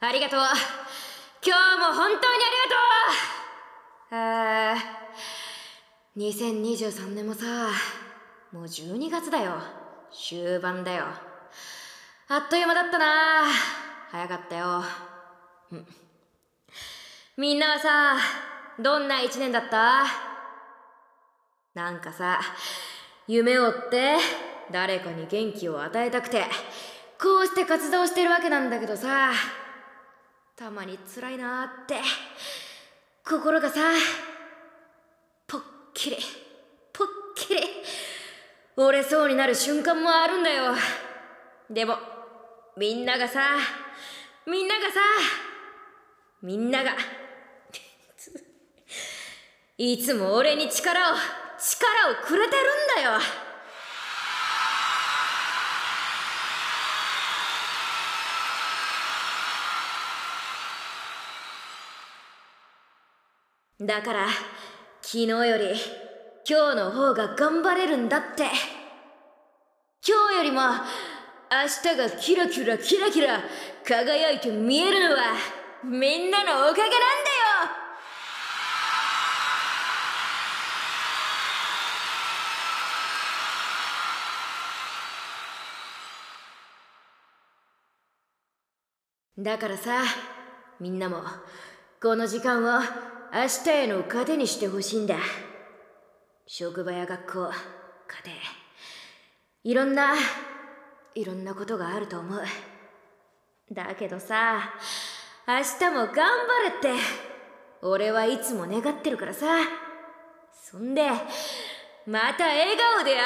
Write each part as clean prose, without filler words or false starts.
ありがとう。今日も本当にありがとう。2023年もさ、もう12月だよ。終盤だよ。あっという間だったな。早かったよ。みんなはさ、どんな一年だった？なんかさ、夢を追って誰かに元気を与えたくてこうして活動してるわけなんだけどさ、たまに辛いなーって心がさ、ぽっきりぽっきり折れそうになる瞬間もあるんだよ。でもみんながいつも俺に力をくれてるんだよ。だから昨日より今日の方が頑張れるんだって。今日よりも明日がキラキラ輝いて見えるのはみんなのおかげなんだよ。だからさ、みんなもこの時間を明日への糧にしてほしいんだ。職場や学校、家庭、いろんなことがあると思う。だけどさ、明日も頑張れって俺はいつも願ってるからさ。そんでまた笑顔で会おうぜ。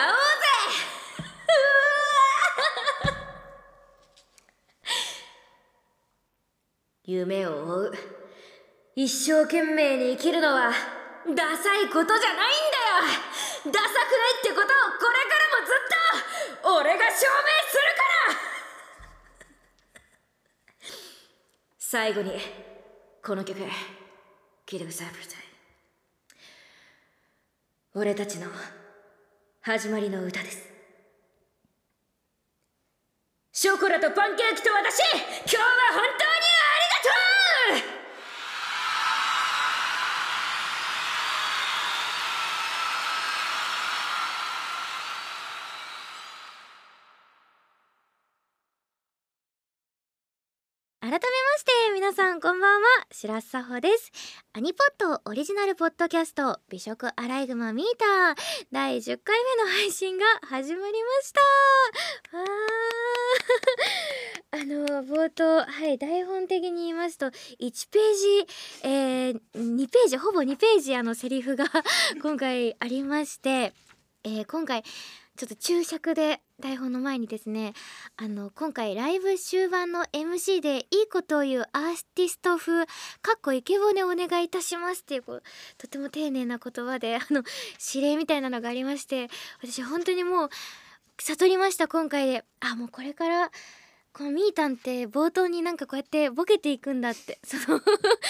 夢を追う、一生懸命に生きるのはダサいことじゃないんだよ。ダサくないってことをこれからもずっと俺が証明するから。最後にこの曲聴いてください。俺たちの始まりの歌です。ショコラとパンケーキと私、今日は本当にありがとう。 改めまして皆さんこんばんは、白洲沙帆です。アニポッドオリジナルポッドキャスト美食アライグマミーター第10回目の配信が始まりました。冒頭、台本的に言いますと1ページ、2ページほぼ2ページセリフが今回ありまして、今回ちょっと注釈で台本の前にですね、今回ライブ終盤の MC でいいことを言うアーティスト風イケボネお願いいたしますっていう、とても丁寧な言葉で指令みたいなのがありまして、私本当にもう悟りました。今回でもうこれからこのみーたんって冒頭になんかこうやってボケていくんだって指定が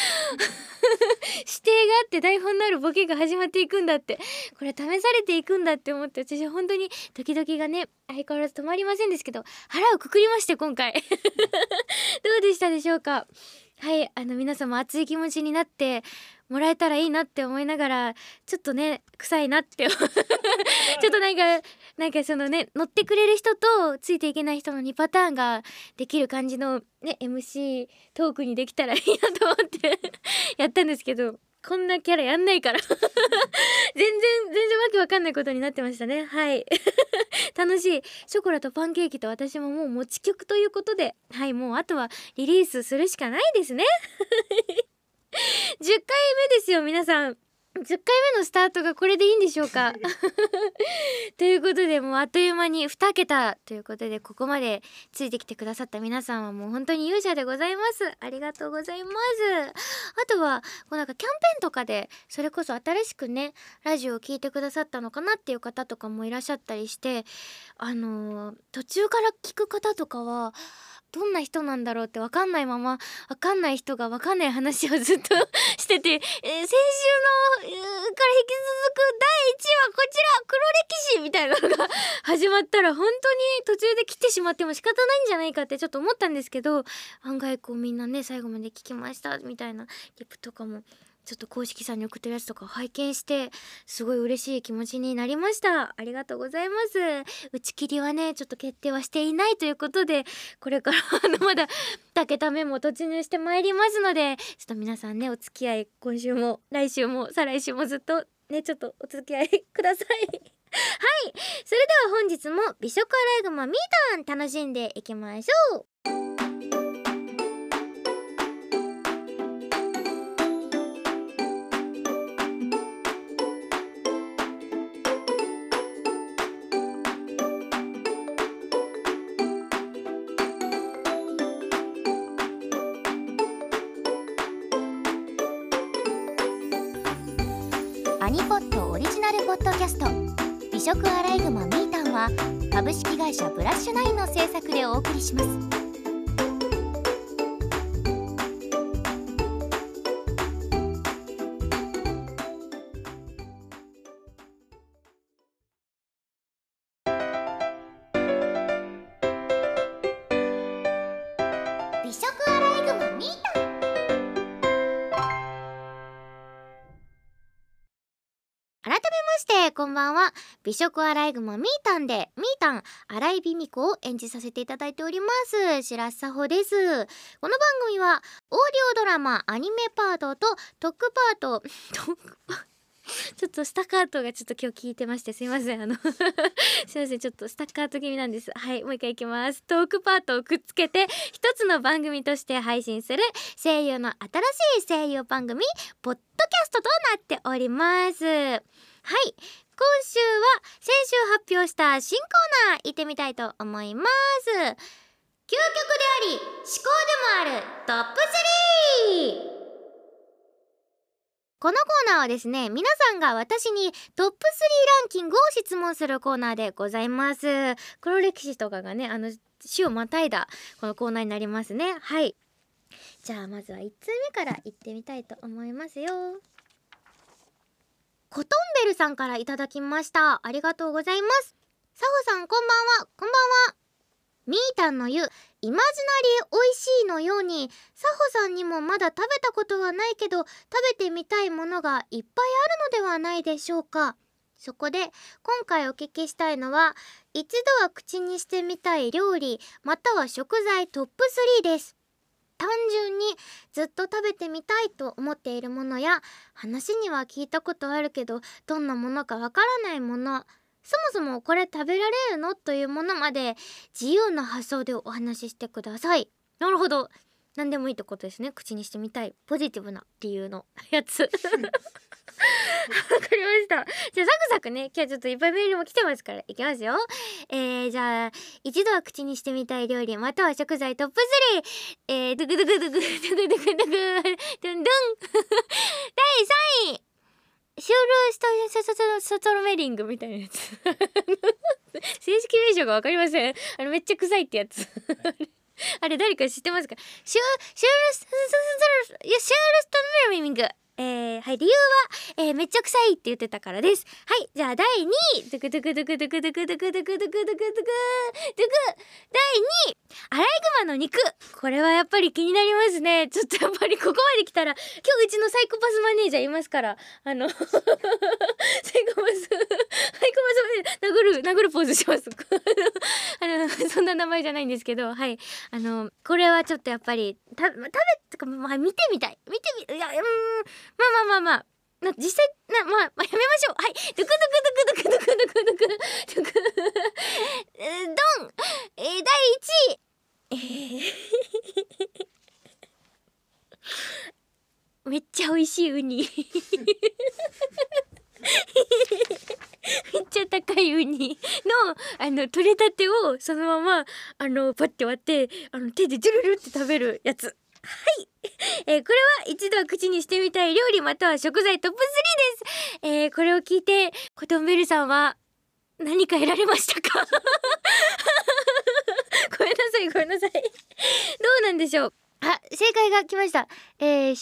あって台本のあるボケが始まっていくんだって、これ試されていくんだって思って、私本当にドキドキがね相変わらず止まりませんですけど、腹をくくりまして今回どうでしたでしょうか。皆様熱い気持ちになってもらえたらいいなって思いながら、ちょっとね臭いなってちょっとなんかそのね、乗ってくれる人とついていけない人の2パターンができる感じのね MC トークにできたらいいなと思ってやったんですけど、こんなキャラやんないから全然わけわかんないことになってましたね。楽しい。ショコラとパンケーキと私ももう持ち曲ということで、もうあとはリリースするしかないですね10回目ですよ皆さん。10回目のスタートがこれでいいんでしょうかということで、もうあっという間に2桁ということで、ここまでついてきてくださった皆さんはもう本当に勇者でございます。ありがとうございます。あとはなんかキャンペーンとかでそれこそ新しくねラジオを聞いてくださったのかなっていう方とかもいらっしゃったりして、途中から聞く方とかはどんな人なんだろうって分かんないまま、分かんない人が分かんない話をずっとしてて、先週の、から引き続く第1話こちら黒歴史みたいなのが始まったら本当に途中で切ってしまっても仕方ないんじゃないかってちょっと思ったんですけど、案外こうみんなね最後まで聞きましたみたいなリプとかもちょっと公式さんに送ってるやつとかを拝見してすごい嬉しい気持ちになりました。ありがとうございます。打ち切りはねちょっと決定はしていないということで、これからまだ2桁目も突入してまいりますので、ちょっと皆さんねお付き合い今週も来週も再来週もずっとねちょっとお付き合いくださいはい、それでは本日も美食アライグマミータン楽しんでいきましょう。 アニポッドオリジナルポッドキャスト美食アライグマミータンは株式会社ブラッシュナインの制作でお送りします。美食アライグマミータン。 改めましてこんばんは。美食アライグマミータンでミータン新井美美子を演じさせていただいております白洲佐穂です。この番組はオーディオドラマアニメパートと特パートちょっとスタッカートがちょっと今日聞いてましてすいませんすいませんちょっとスタッカート気味なんです。はい、もう一回いきます。トークパートをくっつけて一つの番組として配信する声優の新しい声優番組ポッドキャストとなっております。はい、今週は先週発表した新コーナー行ってみたいと思います。究極であり思考でもあるトップ 3。このコーナーはですね、皆さんが私にトップ3ランキングを質問するコーナーでございます。黒歴史とかがね週をまたいだこのコーナーになりますね。はい、じゃあまずは1通目から行ってみたいと思いますよ。コトンベルさんからいただきました。ありがとうございます。サホさんこんばんは。こんばんは。ミータンの言うイマジナリー美味しいのように、サホさんにもまだ食べたことはないけど食べてみたいものがいっぱいあるのではないでしょうか。そこで今回お聞きしたいのは、一度は口にしてみたい料理または食材トップ3です。単純にずっと食べてみたいと思っているものや、話には聞いたことあるけどどんなものかわからないもの、そもそもこれ食べられるのというものまで自由な発想でお話ししてください。なるほど、何でもいいってことですね。口にしてみたいポジティブな理由のやつわかりました。じゃあサクサクね、今日ちょっといっぱいメールも来てますからいきますよ。じゃあ一度は口にしてみたい料理または食材トップ3、ドゥクドゥクドゥクドゥクドゥクドゥクドゥンドゥン第3位シュールストロメリングみたいなやつ正式名称がわかりません。めっちゃ臭いってやつあれ誰か知ってますか？シュールストロメリング。はい、理由は、めっちゃ臭いって言ってたからです。はい、じゃあ第2位ドゥクドゥクドゥクドゥクドゥクドゥクドゥクドゥクドゥクドゥクドゥク第2位アライグマの肉。これはやっぱり気になりますね。ちょっとやっぱりここまで来たら今日うちのサイコパスマネージャーいますからサイコパス殴るポーズしますそんな名前じゃないんですけど、はい、これはちょっとやっぱり食べとか、まあ、見てみたい。いやまあ実際やめましょう。はい、ドゥクドゥクドゥクドゥクドゥクドゥクドゥクドン、第1位めっちゃ美味しいウニめっちゃ高いウニの取れたてをそのままパッて割って手でジュルルって食べるやつ。はい、これは一度は口にしてみたい料理または食材トップ3です。これを聞いてコトンベルさんは何か得られましたかごめんなさいどうなんでしょう。あ、正解が来ました。シ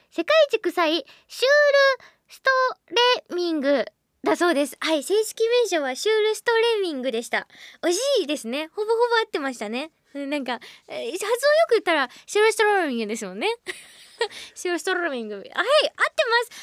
世界一臭いシュールストレミングだそうです。はい、正式名称はシュールストレミングでした。惜しいですね。ほぼほぼ合ってましたね。なんか、発音よく言ったらシュールストレミングですもんね。シュールストレミング。はい、合ってます。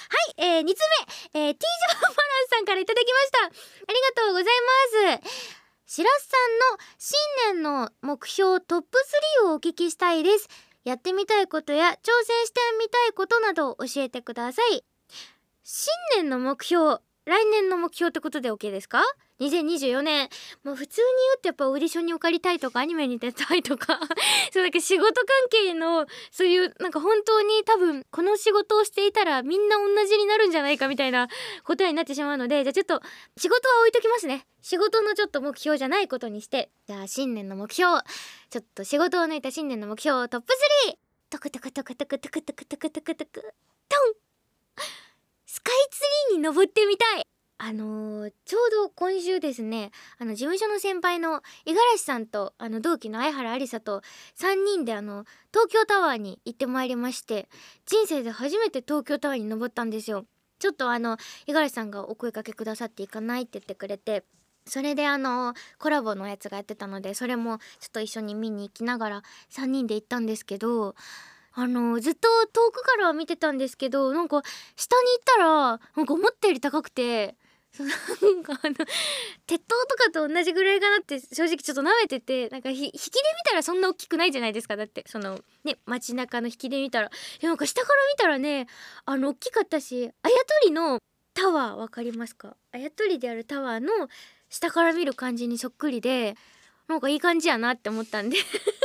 はい、2つ目、T ジョーバランスさんからいただきました。ありがとうございます。しらすさんの新年の目標トップ3をお聞きしたいです。やってみたいことや挑戦してみたいことなどを教えてください。新年の目標、来年の目標ってことで OK ですか？2024年、まあ、普通に言うとやっぱオーディションに受かりたいとかアニメに出たいとかそうなんか仕事関係のそういうなんか本当に多分この仕事をしていたらみんな同じになるんじゃないかみたいな答えになってしまうので、じゃあちょっと仕事は置いときますね。仕事のちょっと目標じゃないことにして、じゃあ新年の目標、ちょっと仕事を抜いた新年の目標トップ 3！ トクトクトクトクトクトクトクトクトクトン。スカイツリーに登ってみたい。ちょうど今週ですね、事務所の先輩の五十嵐さんと同期の相原ありさと3人で東京タワーに行ってまいりまして、人生で初めて東京タワーに登ったんですよ。ちょっと五十嵐さんがお声かけくださって行かないって言ってくれて、それでコラボのやつがやってたので、それもちょっと一緒に見に行きながら3人で行ったんですけど、ずっと遠くからは見てたんですけど、なんか下に行ったらなんか思ったより高くて、なんか鉄塔とかと同じぐらいかなって正直ちょっと舐めてて、なんか引きで見たらそんな大きくないじゃないですか。だってそのね、街中の引きで見たら、なんか下から見たらね、大きかったし、あやとりのタワーわかりますか？あやとりであるタワーの下から見る感じにそっくりで、なんかいい感じやなって思ったんでで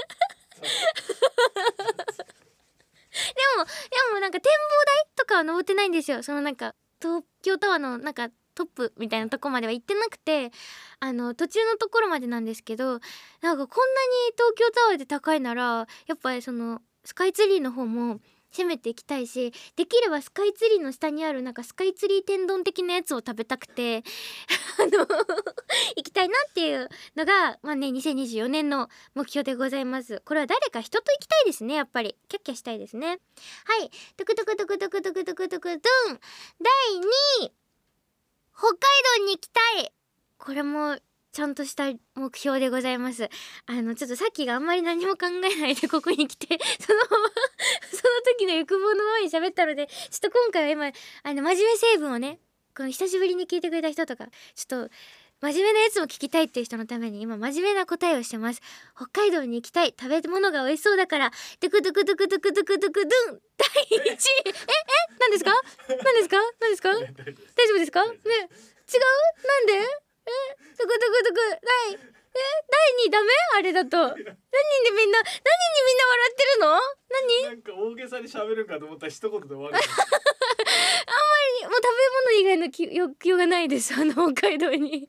もなんか展望台とかは登ってないんですよ。そのなんか東京タワーのなんかトップみたいなとこまでは行ってなくて、途中のところまでなんですけど、なんかこんなに東京タワーで高いならやっぱりそのスカイツリーの方も攻めていきたいし、できればスカイツリーの下にあるなんかスカイツリー天丼的なやつを食べたくて行きたいなっていうのがまあね、2024年の目標でございます。これは誰か人と行きたいですね。やっぱりキャッキャしたいですね。はい、トクトクトクトクトクトクトクドン。第2位、北海道に行きたい。これもちゃんとした目標でございます。ちょっとさっきがあんまり何も考えないでここに来てそのままその時の欲望のままに喋ったので、ちょっと今回は今真面目成分をね、この久しぶりに聞いてくれた人とか、ちょっと真面目なやつも聞きたいっていう人のために今真面目な答えをしてます。北海道に行きたい。食べ物が美味しそうだから。ドゥクドゥクドゥクドゥクドゥクドゥクドゥン。第1位。何ですか？何ですか？何ですか？大丈夫ですか？ね、違う？なんで？ドゥクドゥクドゥク第2位ダメ？あれだと。何でみんな笑ってるの？何？ なんか大げさに喋るかと思ったら一言で終わる。 あんまりもう食べ物以外の欲求がないです。北海道に。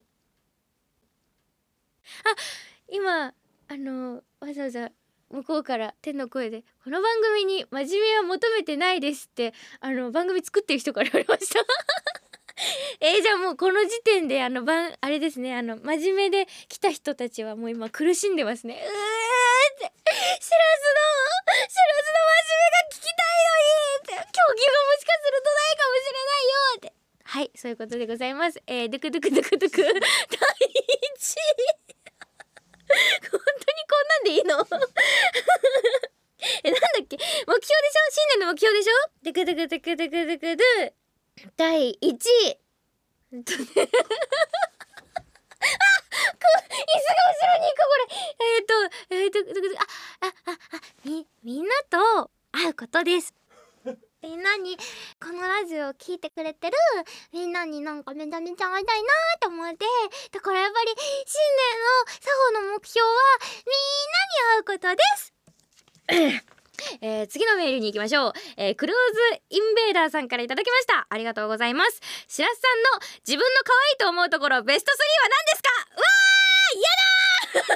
今わざわざ向こうから天の声でこの番組に真面目は求めてないですって番組作ってる人から言われましたじゃあもうこの時点であれですね、真面目で来た人たちはもう今苦しんでますね。ってしらすの真面目が聞きたいのにって、狂気がもしかするとないかもしれないよって。はい、そういうことでございます。ドゥクドゥクドゥクドゥク第1位本当にこんなんでいいのなんだっけ、目標でしょ？新年の目標でしょ？ドゥクドゥクドゥクドゥクドゥクドゥ第1位椅子が後ろに行く。これみんなと会うことです。みんなにこのラジオを聞いてくれてるみんなになんかめちゃめちゃ会いたいなと思って、だからやっぱり新年の作法の目標はみんなに会うことです次のメールに行きましょう。クローズインベーダーさんからいただきました。ありがとうございます。しらすさんの自分の可愛いと思うところベスト3は何ですか？うわー、やだーやだ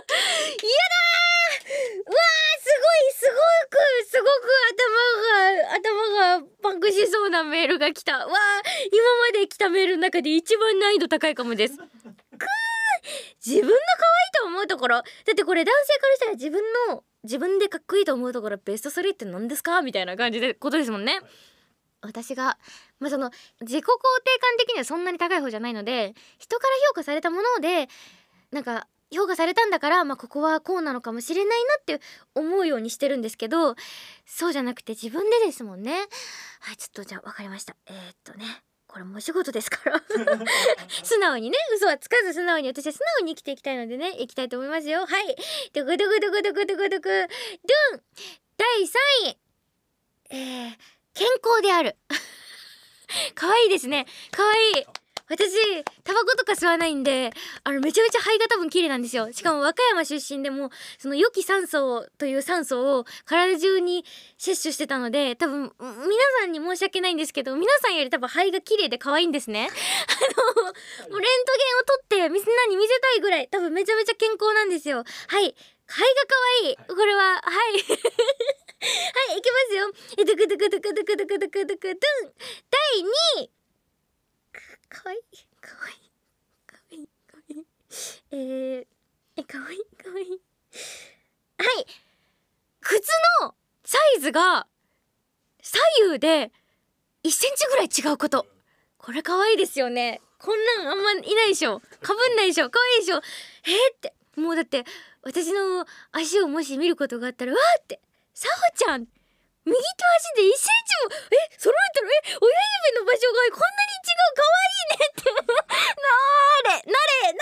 ー、うわー、すごく頭がパンクしそうなメールが来た。わー、今まで来たメールの中で一番難易度高いかもです。くー、 自分の可愛いと思うところだってこれ男性からしたら自分でかっこいいと思うところベスト3って何ですかみたいな感じでことですもんね。私がその自己肯定感的にはそんなに高い方じゃないので、人から評価されたものでなんか評価されたんだから、ここはこうなのかもしれないなって思うようにしてるんですけど、そうじゃなくて自分でですもんね。はい、ちょっとじゃあ分かりました。これもお仕事ですから素直にね、嘘はつかず素直に、私は素直に生きていきたいのでね、生きたいと思いますよ。はい、ドクドクドクドクドクドクドゥン第3位、健康である可愛いですね、可愛い。私タバコとか吸わないんでめちゃめちゃ肺が多分綺麗なんですよ。しかも和歌山出身でもその良き酸素という酸素を体中に摂取してたので、多分皆さんに申し訳ないんですけど、皆さんより多分肺が綺麗で可愛いんですねもうレントゲンを取ってみんなに見せたいぐらい多分めちゃめちゃ健康なんですよ。はい、肺が可愛い、これははいはい、いきますよ。ドクドクドクドクドクドクドクドゥン第2位、かわいいかわいいかわいいかわいいかわいいかわいい、はい、靴のサイズが左右で1センチぐらい違うこと、これかわいいですよね。こんなんあんまいないでしょ、かぶんないでしょ、かわいいでしょ。ってもうだって私の足をもし見ることがあったら、わーってさほちゃん右と足で1センチも揃えたら親指の場所がこんなに違う、かわいいねってなれ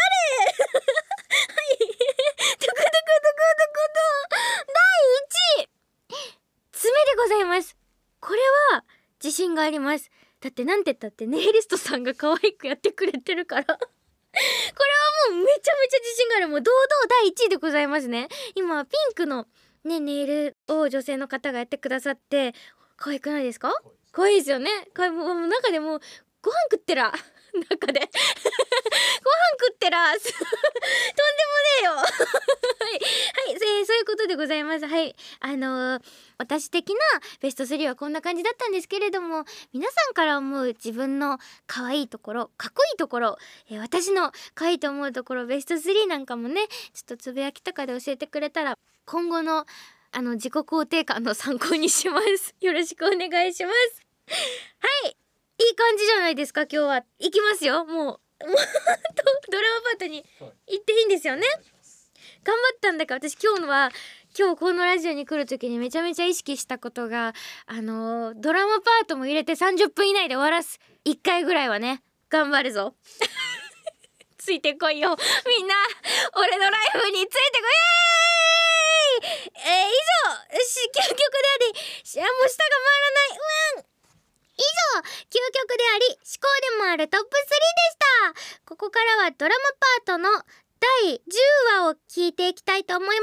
はいドクドクドクドクドクド第1位、爪でございます。これは自信があります。だってなんて言ったってネイリストさんが可愛くやってくれてるからこれはもうめちゃめちゃ自信がある、もう堂々第1位でございますね。今ピンクのね、ネイルを女性の方がやってくださって可愛くないですか？可愛いですよね。もう中でもうご飯食ってら中でご飯食ってらとんでもねえよはい、そういうことでございます。はい、私的なベスト3はこんな感じだったんですけれども、皆さんから思う自分の可愛いところ、かっこいいところ、私の可愛いと思うところベスト3なんかもね、ちょっとつぶやきとかで教えてくれたら今後の自己肯定感の参考にしますよろしくお願いします。はい、いい感じじゃないですか。今日は行きますよ。もうドラマパートに行っていいんですよね。頑張ったんだから私今日このラジオに来る時にめちゃめちゃ意識したことがドラマパートも入れて30分以内で終わらす1回ぐらいはね頑張るぞついてこいよみんな、俺のライブについてこい。以上究極でありもう舌が回らない以上究極であり思考でもあるトップ3でした。ここからはドラマパートの第10話を聞いていきたいと思います。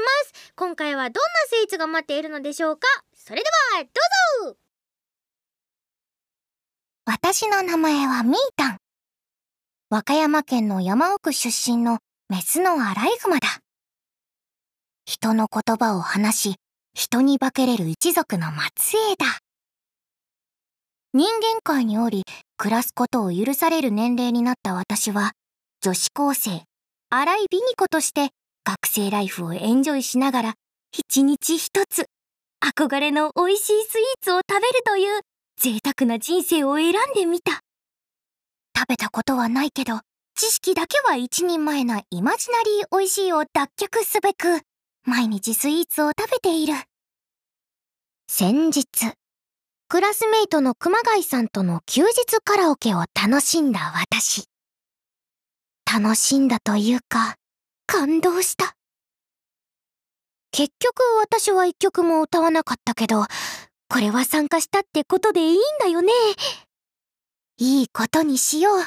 今回はどんなスイーツが待っているのでしょうか。それではどうぞ。 私の名前はみーたん。和歌山県の山奥出身のメスのアライグマだ。人の言葉を話し、人に化けれる一族の末裔だ。人間界におり、暮らすことを許される年齢になった私は、女子高生、新井美美子として学生ライフをエンジョイしながら、一日一つ、憧れの美味しいスイーツを食べるという贅沢な人生を選んでみた。食べたことはないけど、知識だけは一人前なイマジナリー美味しいを脱却すべく、毎日スイーツを食べている。先日、クラスメイトの熊谷さんとの休日カラオケを楽しんだ私。楽しんだというか、感動した。結局私は一曲も歌わなかったけど、これは参加したってことでいいんだよね。いいことにしよう。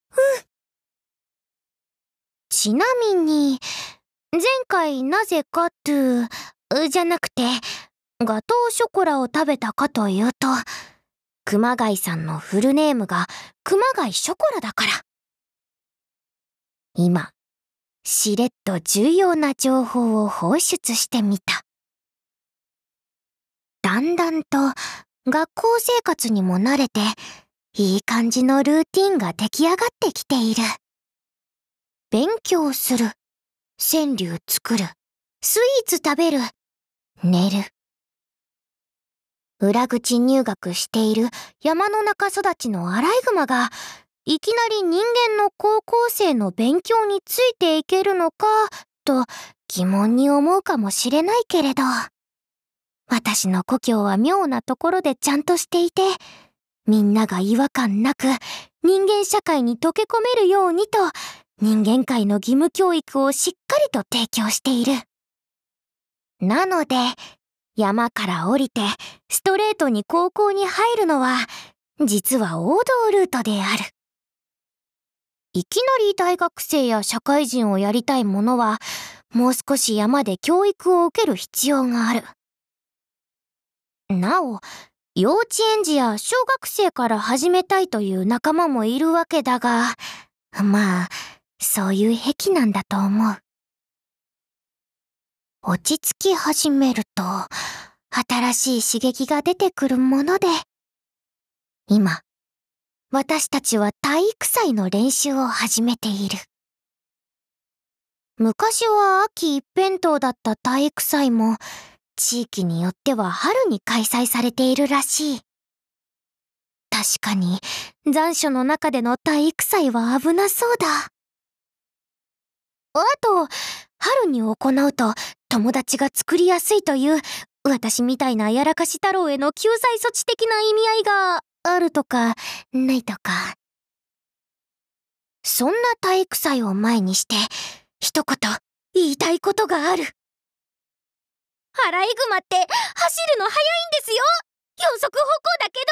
ちなみに、前回なぜかじゃなくて、ガトーショコラを食べたかというと、熊谷さんのフルネームが熊谷ショコラだから。今、しれっと重要な情報を放出してみた。だんだんと学校生活にも慣れて、いい感じのルーティンが出来上がってきている。 勉強する、川柳作る、スイーツ食べる、寝る。裏口入学している山の中育ちのアライグマが、いきなり人間の高校生の勉強についていけるのか、と疑問に思うかもしれないけれど、私の故郷は妙なところでちゃんとしていて、みんなが違和感なく人間社会に溶け込めるようにと、人間界の義務教育をしっかりと提供している。なので、山から降りてストレートに高校に入るのは、実は王道ルートである。いきなり大学生や社会人をやりたい者は、もう少し山で教育を受ける必要がある。なお、幼稚園児や小学生から始めたいという仲間もいるわけだが、まあ、そういう癖なんだと思う。落ち着き始めると、新しい刺激が出てくるもので、今、私たちは体育祭の練習を始めている。昔は秋一辺倒だった体育祭も、地域によっては春に開催されているらしい。確かに、残暑の中での体育祭は危なそうだ。あと、春に行うと友達が作りやすいという、私みたいなやらかし太郎への救済措置的な意味合いがあるとか、ないとか。そんな体育祭を前にして、一言言いたいことがある。アライグマって走るの速いんですよ。四足歩行だけ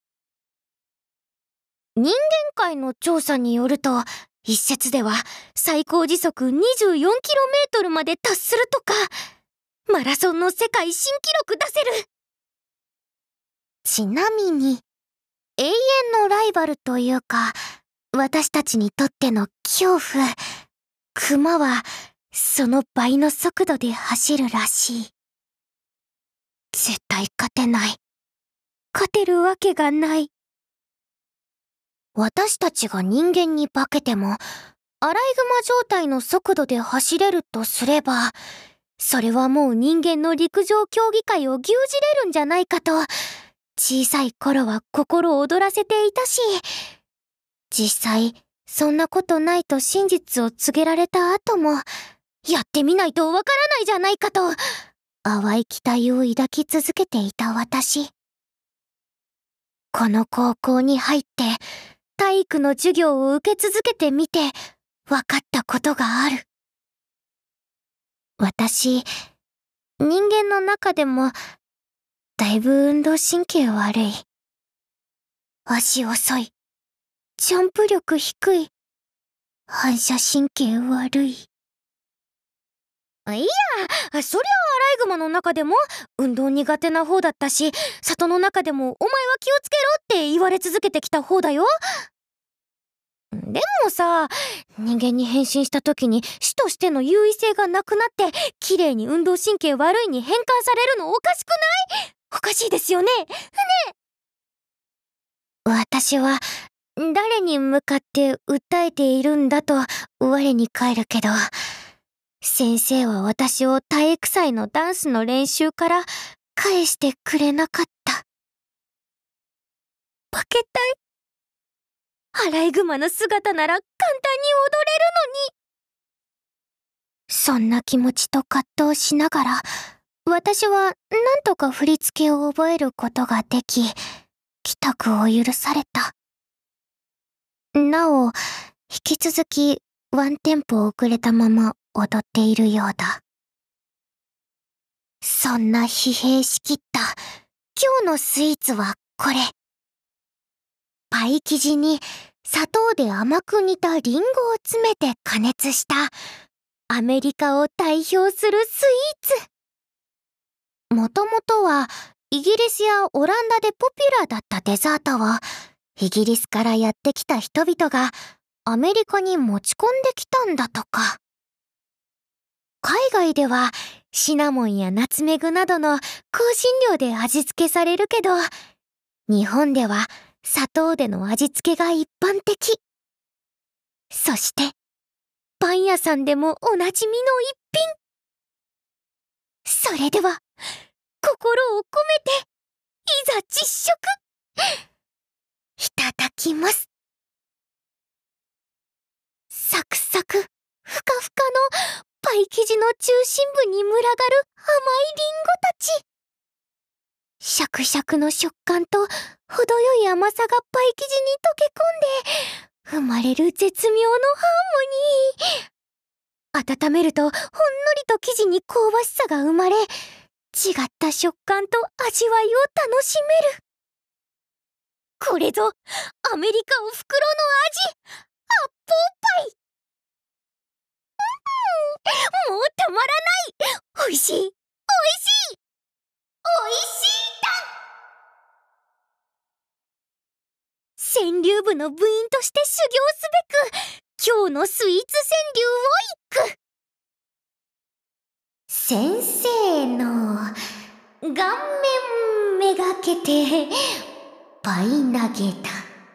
ど。人間界の調査によると、一説では最高時速 24km まで達するとか、マラソンの世界新記録出せる。ちなみに、永遠のライバルというか、私たちにとっての恐怖、クマはその倍の速度で走るらしい。絶対勝てない。勝てるわけがない。私たちが人間に化けても、アライグマ状態の速度で走れるとすれば、それはもう人間の陸上競技会を牛耳れるんじゃないかと、小さい頃は心躍らせていたし、実際、そんなことないと真実を告げられた後も、やってみないとわからないじゃないかと、淡い期待を抱き続けていた私。この高校に入って、体育の授業を受け続けてみて、分かったことがある。私、人間の中でも、だいぶ運動神経悪い。足遅い。ジャンプ力低い。反射神経悪い。いや、そりゃアライグマの中でも運動苦手な方だったし、里の中でもお前は気をつけろって言われ続けてきた方だよ。でもさ、人間に変身した時に種としての優位性がなくなって綺麗に運動神経悪いに変換されるのおかしくない？おかしいですよね。私は誰に向かって訴えているんだと我に返るけど、先生は私を体育祭のダンスの練習から返してくれなかった。化けたい。アライグマの姿なら簡単に踊れるのに。そんな気持ちと葛藤しながら、私はなんとか振り付けを覚えることができ、帰宅を許された。なお、引き続きワンテンポ遅れたまま踊っているようだ。そんな疲弊しきった今日のスイーツはこれ。パイ生地に砂糖で甘く煮たリンゴを詰めて加熱したアメリカを代表するスイーツ。もともとはイギリスやオランダでポピュラーだったデザートをイギリスからやってきた人々がアメリカに持ち込んできたんだとか。海外ではシナモンやナツメグなどの香辛料で味付けされるけど、日本では砂糖での味付けが一般的。そしてパン屋さんでもおなじみの一品。それでは心を込めていざ実食。いただきます。サクサクふかふかのパイ生地の中心部に群がる甘いリンゴたち。シャクシャクの食感と程よい甘さがパイ生地に溶け込んで生まれる絶妙のハーモニー。温めるとほんのりと生地に香ばしさが生まれ、違った食感と味わいを楽しめる。これぞアメリカおふくろの味、アッポーパイ。もうたまらない。おいしい、おいしい、おいしいだ。川柳部の部員として修行すべく今日のスイーツ川柳を一句。先生の顔面めがけてパイ投げた。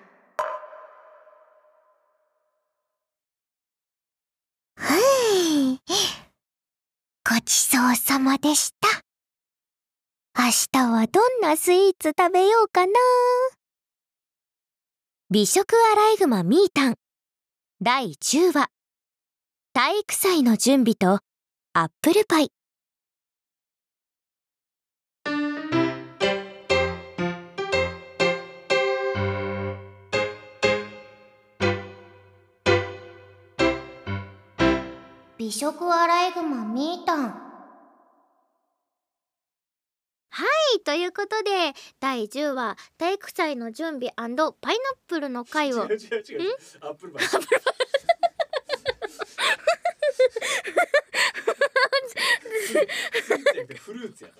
ごちそうさまでした。明日はどんなスイーツ食べようかな。美食アライグマミータン第10話、体育祭の準備とアップルパイ。美食アライグマミータン。はい、ということで第10話体育祭の準備&パイナップルの会を違う。アップルパイ。フルーツやから。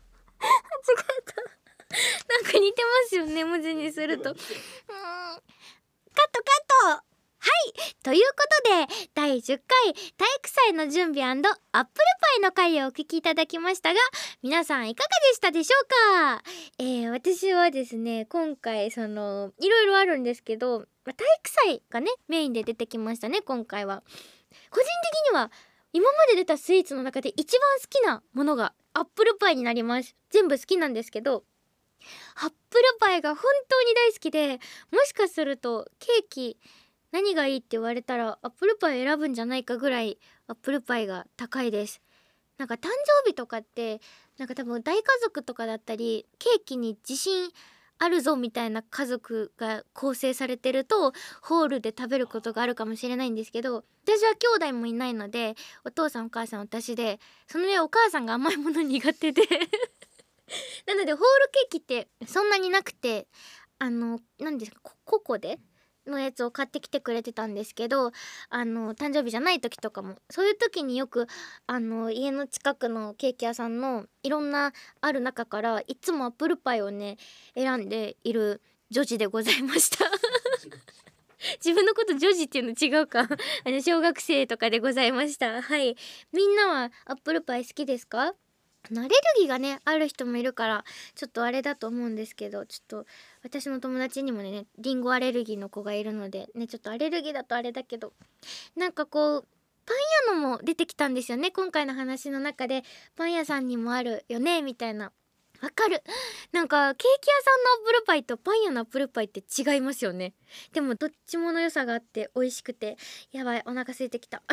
なんか似てますよね、文字にすると。カットカット。はいということで第10回体育祭の準備&アップルパイの回をお聞きいただきましたが、皆さんいかがでしたでしょうか。私はですね、今回いろいろあるんですけど、体育祭がねメインで出てきましたね。今回は個人的には今まで出たスイーツの中で一番好きなものがアップルパイになります。全部好きなんですけど、アップルパイが本当に大好きで、もしかするとケーキ何がいいって言われたらアップルパイ選ぶんじゃないかぐらいアップルパイが高いです。なんか誕生日とかってなんか多分大家族とかだったりケーキに自信あるぞみたいな家族が構成されてるとホールで食べることがあるかもしれないんですけど、私は兄弟もいないのでお父さんお母さん私で、その上お母さんが甘いもの苦手でなのでホールケーキってそんなになくて、何ですか、ココでのやつを買ってきてくれてたんですけど、誕生日じゃない時とかもそういう時によく家の近くのケーキ屋さんのいろんなある中からいつもアップルパイをね選んでいる女児でございました自分のこと女児っていうの違うか小学生とかでございました。はい、みんなはアップルパイ好きですか？アレルギーがねある人もいるからちょっとあれだと思うんですけど、ちょっと私の友達にもねリンゴアレルギーの子がいるのでね、ちょっとアレルギーだとあれだけど、なんかこうパン屋のも出てきたんですよね。今回の話の中でパン屋さんにもあるよねみたいな。わかる。なんかケーキ屋さんのアップルパイとパン屋のアップルパイって違いますよね。でもどっちもの良さがあって美味しくて、やばいお腹空いてきた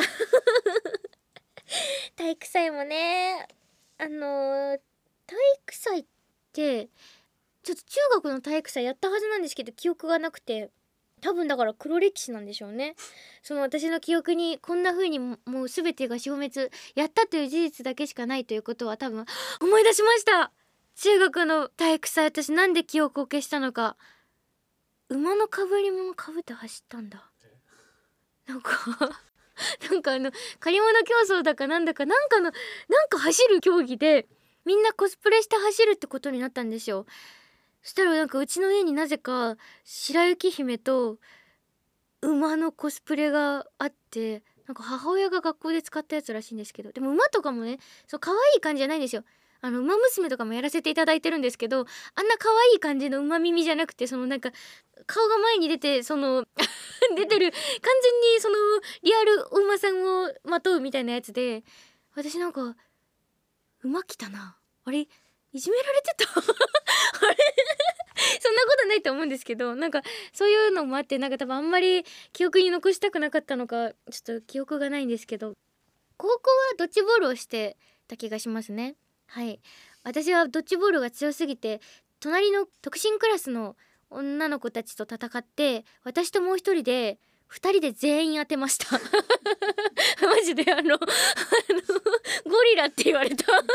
体育祭もね、体育祭ってちょっと中学の体育祭やったはずなんですけど記憶がなくて、多分だから黒歴史なんでしょうね。その私の記憶にこんな風にもう全てが消滅、やったという事実だけしかないということは多分思い出しました。中学の体育祭、私なんで記憶を消したのか。馬のかぶり物かぶって走ったんだ。なんか借り物競争だかなんだかなんか走る競技でみんなコスプレして走るってことになったんですよ。そしたらなんかうちの家になぜか白雪姫と馬のコスプレがあって、なんか母親が学校で使ったやつらしいんですけど、でも馬とかもねそう可愛い感じじゃないんですよ。馬娘とかもやらせていただいてるんですけど、あんな可愛い感じの馬耳じゃなくて、そのなんか顔が前に出てその出てる、完全にそのリアルお馬さんをまとうみたいなやつで、私なんか馬来たな、あれいじめられてたあれそんなことないと思うんですけど、なんかそういうのもあって、なんか多分あんまり記憶に残したくなかったのか、ちょっと記憶がないんですけど、高校はドッジボールをしてた気がしますね。はい、私はドッジボールが強すぎて、隣の特進クラスの女の子たちと戦って、私ともう一人で2人で全員当てましたマジでゴリラって言われたこんな不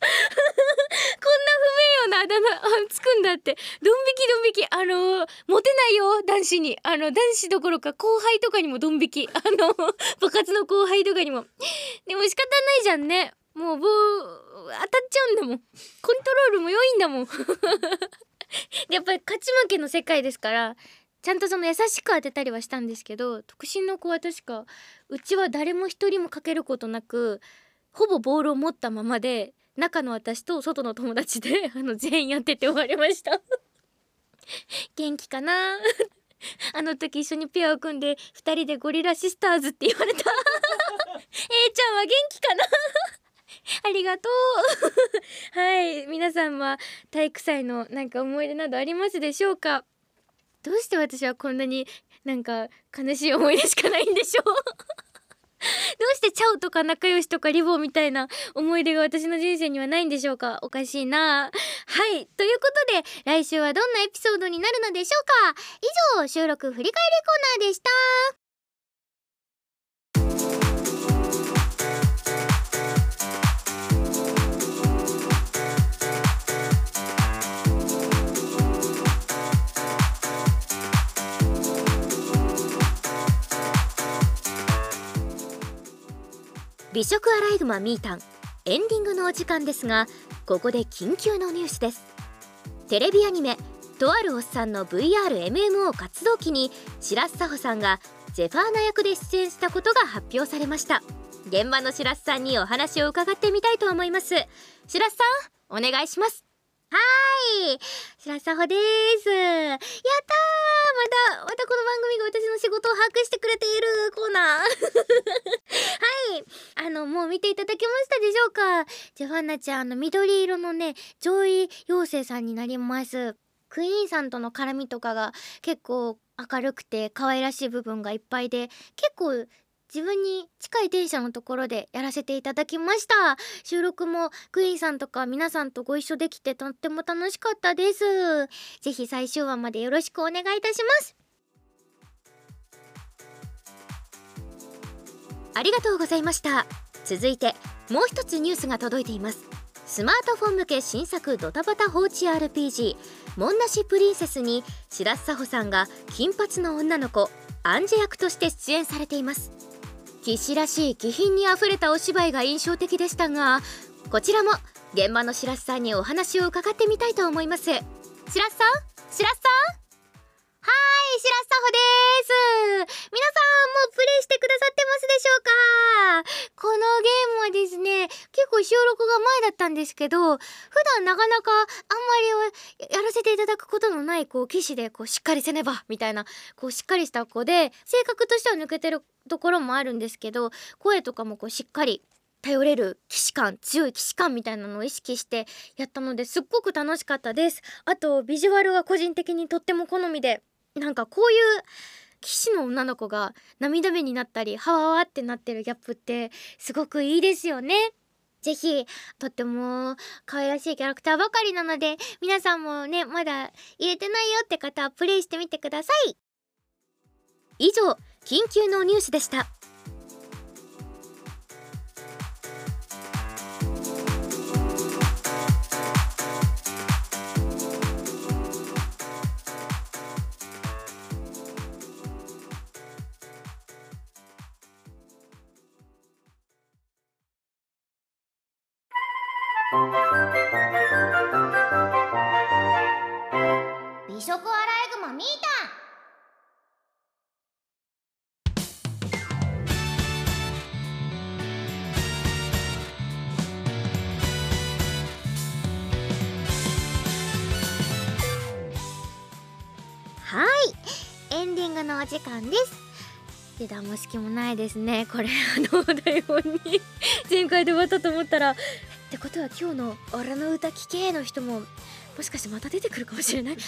名誉なあだ名つくんだって。ドン引きモテないよ男子に、男子どころか後輩とかにもドン引き、部活の後輩とかにも。でも仕方ないじゃんね、もう当たっちゃうんだもん、コントロールも良いんだもんやっぱり勝ち負けの世界ですから、ちゃんとその優しく当てたりはしたんですけど、特進の子は確かうちは誰も一人もかけることなく、ほぼボールを持ったままで、中の私と外の友達で全員やってて終わりました元気かなあの時一緒にペアを組んで2人でゴリラシスターズって言われたちゃんは元気かなありがとうはい、皆さんは体育祭のなんか思い出などありますでしょうか。どうして私はこんなになんか悲しい思い出しかないんでしょうどうしてチャオとか仲良しとかリボみたいな思い出が私の人生にはないんでしょうか。おかしいな。はい、ということで来週はどんなエピソードになるのでしょうか。以上、収録振り返りコーナーでした。美食アライグマみーたん、エンディングのお時間ですが、ここで緊急のニュースです。テレビアニメとあるおっさんの VRMMO 活動期に白洲沙帆さんがゼファーナ役で出演したことが発表されました。現場の白洲さんにお話を伺ってみたいと思います。白洲さん、お願いします。 はーい、白洲沙帆です。やったー、またこの番組が私の仕事を把握してくれているコーナーはい、もう見ていただけましたでしょうか。ジェファンナちゃん、緑色のね、上位妖精さんになります。クイーンさんとの絡みとかが結構明るくて可愛らしい部分がいっぱいで、結構自分に近い電車のところでやらせていただきました。収録もクイーンさんとか皆さんとご一緒できてとっても楽しかったです。ぜひ最終話までよろしくお願いいたします。 ありがとうございました。続いてもう一つニュースが届いています。スマートフォン向け新作ドタバタ放置 RPG モンナシプリンセスに白洲沙帆さんが金髪の女の子アンジェ役として出演されています。騎士らしい気品にあふれたお芝居が印象的でしたが、こちらも現場の白洲さんにお話を伺ってみたいと思います。白洲さん、白洲さん、 はい、白洲沙帆です。皆さんもうプレイしてくださってますでしょうか。このゲームはですね、結構収録が前だったんですけど、普段なかなかあんまりやらせていただくことのない騎士でしっかりせねばみたいなしっかりした子で、性格としては抜けてるところもあるんですけど、声とかもしっかり頼れる騎士感、強い騎士感みたいなのを意識してやったのですっごく楽しかったです。あとビジュアルが個人的にとっても好みで、なんかこういう騎士の女の子が涙目になったりハワワってなってるギャップってすごくいいですよね。ぜひ、とっても可愛らしいキャラクターばかりなので、皆さんもね、まだ入れてないよって方はプレイしてみてください。 以上、緊急のニュースでした。 美食アライグマみーたん。 はい、 エンディングのお時間です。油断も隙もないですねこれ台本に前回で終わったと思ったらってことは今日の「俺の歌聞け」の人ももしかしてまた出てくるかもしれない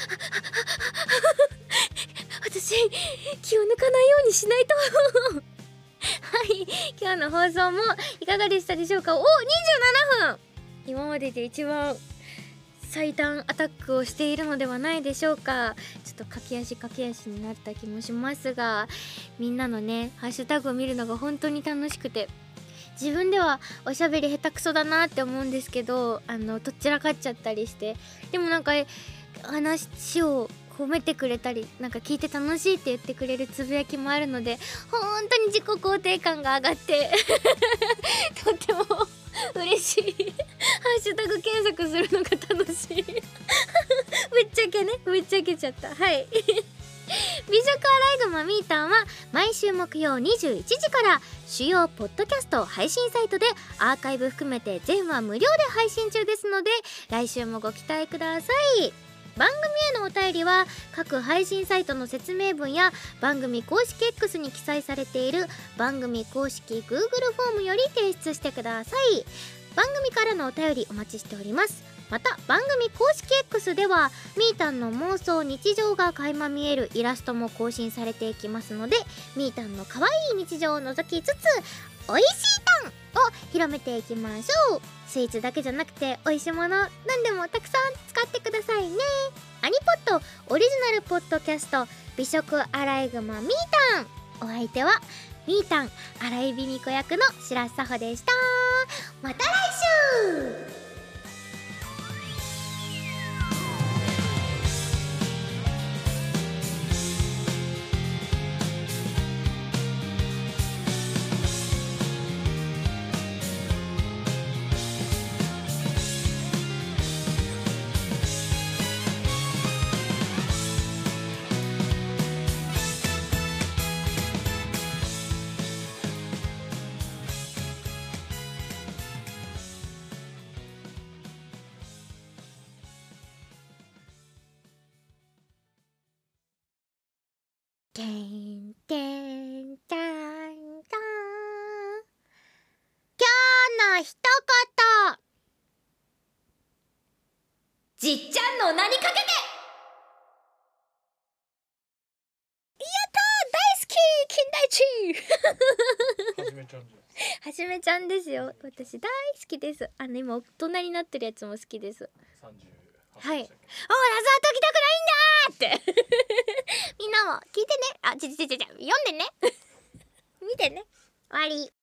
私気を抜かないようにしないとはい今日の放送もいかがでしたでしょうか。お27分、今までで一番最短アタックをしているのではないでしょうか。ちょっと駆け足になった気もしますが、みんなのねハッシュタグを見るのが本当に楽しくて、自分ではおしゃべり下手くそだなって思うんですけど、どっちらかっちゃったりして、でもなんか話を褒めてくれたりなんか聞いて楽しいって言ってくれるつぶやきもあるので、本当に自己肯定感が上がってとっても嬉しいハッシュタグ検索するのが楽しいぶっちゃけちゃった。はい美食アライグマみーたんは毎週木曜21時から主要ポッドキャスト配信サイトでアーカイブ含めて全話無料で配信中ですので、来週もご期待ください。番組へのお便りは各配信サイトの説明文や番組公式 X に記載されている番組公式 Google フォームより提出してください。番組からのお便りお待ちしております。また番組公式 X ではみーたんの妄想日常が垣間見えるイラストも更新されていきますので、みーたんの可愛い日常を覗きつつおいしいタンを広めていきましょう。スイーツだけじゃなくておいしいもの何でもたくさん使ってくださいね。アニポッドオリジナルポッドキャスト美食アライグマみーたん、お相手はみーたん荒井美美子役の白洲沙穂でした。また来週。てんてんたんたん、今日の一言、 じっちゃんの名にかけて。 大好き金田一はじめちゃんじはじめちゃんですよ。私大好きです。今大人になってるやつも好きです。 ゃん。38 はい。 でしたっけ。 おラザー解きたくないんだーってみんなも聞いてね。読んでね見てね。終わり。